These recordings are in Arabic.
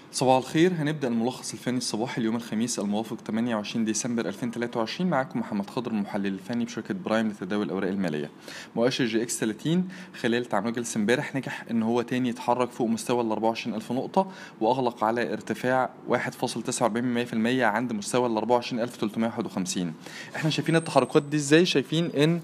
صباح الخير. هنبدأ الملخص الفني الصباحي اليوم الخميس الموافق 28 ديسمبر 2023. معاكم محمد خضر، المحلل الفني بشركة برايم لتداول الأوراق المالية. مؤشر جي اكس 30 خلال تعامله جلسة امبارح نجح ان هو تاني يتحرك فوق مستوى ال 24000 نقطة، واغلق على ارتفاع 1.49% عند مستوى ال 24351. احنا شايفين التحركات دي ازاي؟ شايفين ان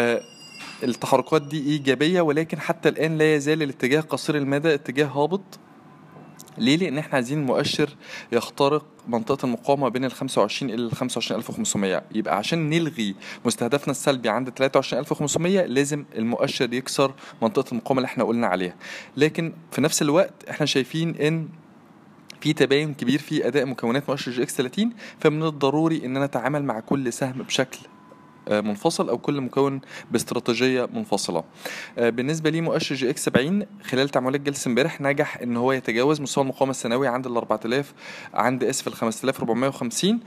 التحركات دي ايجابية، ولكن حتى الآن لا يزال الاتجاه قصير المدى اتجاه هابط. ليه؟ لأن احنا عايزين المؤشر يخترق منطقة المقاومة بين ال 25 إلى ال 25500. يبقى عشان نلغي مستهدفنا السلبي عند 23500 لازم المؤشر يكسر منطقة المقاومة اللي احنا قلنا عليها. لكن في نفس الوقت احنا شايفين ان في تباين كبير في أداء مكونات مؤشر جي اكس 30، فمن الضروري ان نتعامل مع كل سهم بشكل منفصل او كل مكون باستراتيجيه منفصله. بالنسبه لي مؤشر جي اكس 70 خلال تعاملات جلسه امبارح نجح ان هو يتجاوز مستوى المقاومه السنوي عند ال 4000 عند ال 5450،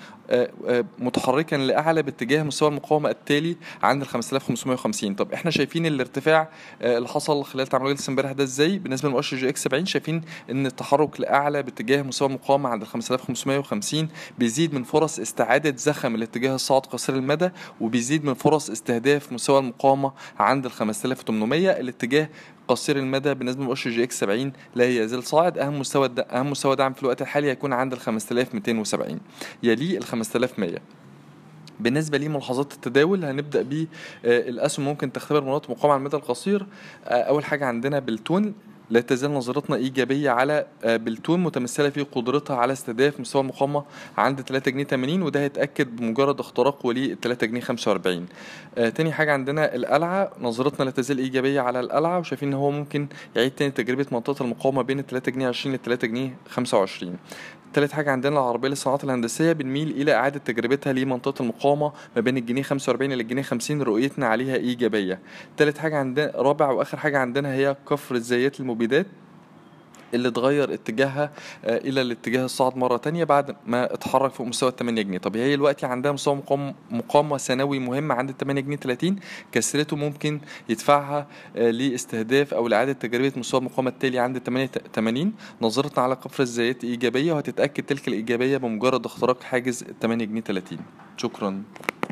متحركا لاعلى باتجاه مستوى المقاومه التالي عند ال 5550. طب احنا شايفين الارتفاع اللي حصل خلال تعاملات جلسه امبارح ده ازاي؟ بالنسبه لمؤشر جي اكس 70 شايفين ان التحرك لاعلى باتجاه مستوى المقاومه عند ال 5550 بيزيد من فرص استعاده زخم الاتجاه الصاعد قصير المدى، وبيزيد من فرص استهداف مستوى المقاومة عند ال 5800. الاتجاه قصير المدى بالنسبة لمؤشر جي اكس 70 لا يزال صاعد. أهم مستوى دعم في الوقت الحالي هيكون عند ال 5270، يليه ال 5100. بالنسبة لي ملاحظات التداول هنبدأ بالأسهم ممكن تختبر مناطق مقاومة على المدى القصير. أول حاجة عندنا بالتون، لا تزال نظرتنا إيجابية على بالتون، متمثلة في قدرتها على استهداف مستوى المقاومة عند 3 جنيه 80، وده هيتأكد بمجرد اختراقه ل 3 جنيه 45. تاني حاجة عندنا القلعة، نظرتنا لا تزال إيجابية على القلعة، وشايفين إن هو ممكن يعيد تاني تجربة منطقة المقاومة بين 3 جنيه 20 ل 3 جنيه 25. تالت حاجة عندنا العربية للصناعات الهندسية، بنميل إلى إعادة تجربتها لمنطقة المقاومة ما بين الجنيه 45 إلى الجنيه 50، رؤيتنا عليها إيجابية. تالت حاجة عندنا، رابع وآخر حاجة عندنا هي كفر الزيات المبيدات اللي اتغير اتجاهها الى الاتجاه الصاعد مره تانية بعد ما اتحرك فوق مستوى 8 جنيه. طب هي دلوقتي عندها مستوى مقاومه سنوي مهم عند 8 جنيه 30، كسرته ممكن يدفعها لاستهداف او لاعاده تجربه مستوى المقاومه التالي عند 88. نظرتنا على كفر الزيات ايجابيه، وهتتاكد تلك الايجابيه بمجرد اختراق حاجز 8 جنيه 30. شكرا.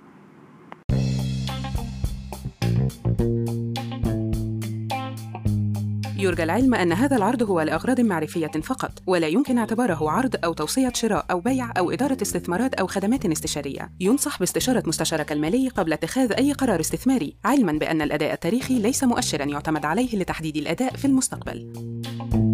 يرجى العلم أن هذا العرض هو لأغراض معرفية فقط، ولا يمكن اعتباره عرض أو توصية شراء أو بيع أو إدارة استثمارات أو خدمات استشارية. ينصح باستشارة مستشارك المالي قبل اتخاذ أي قرار استثماري، علماً بأن الأداء التاريخي ليس مؤشراً يعتمد عليه لتحديد الأداء في المستقبل.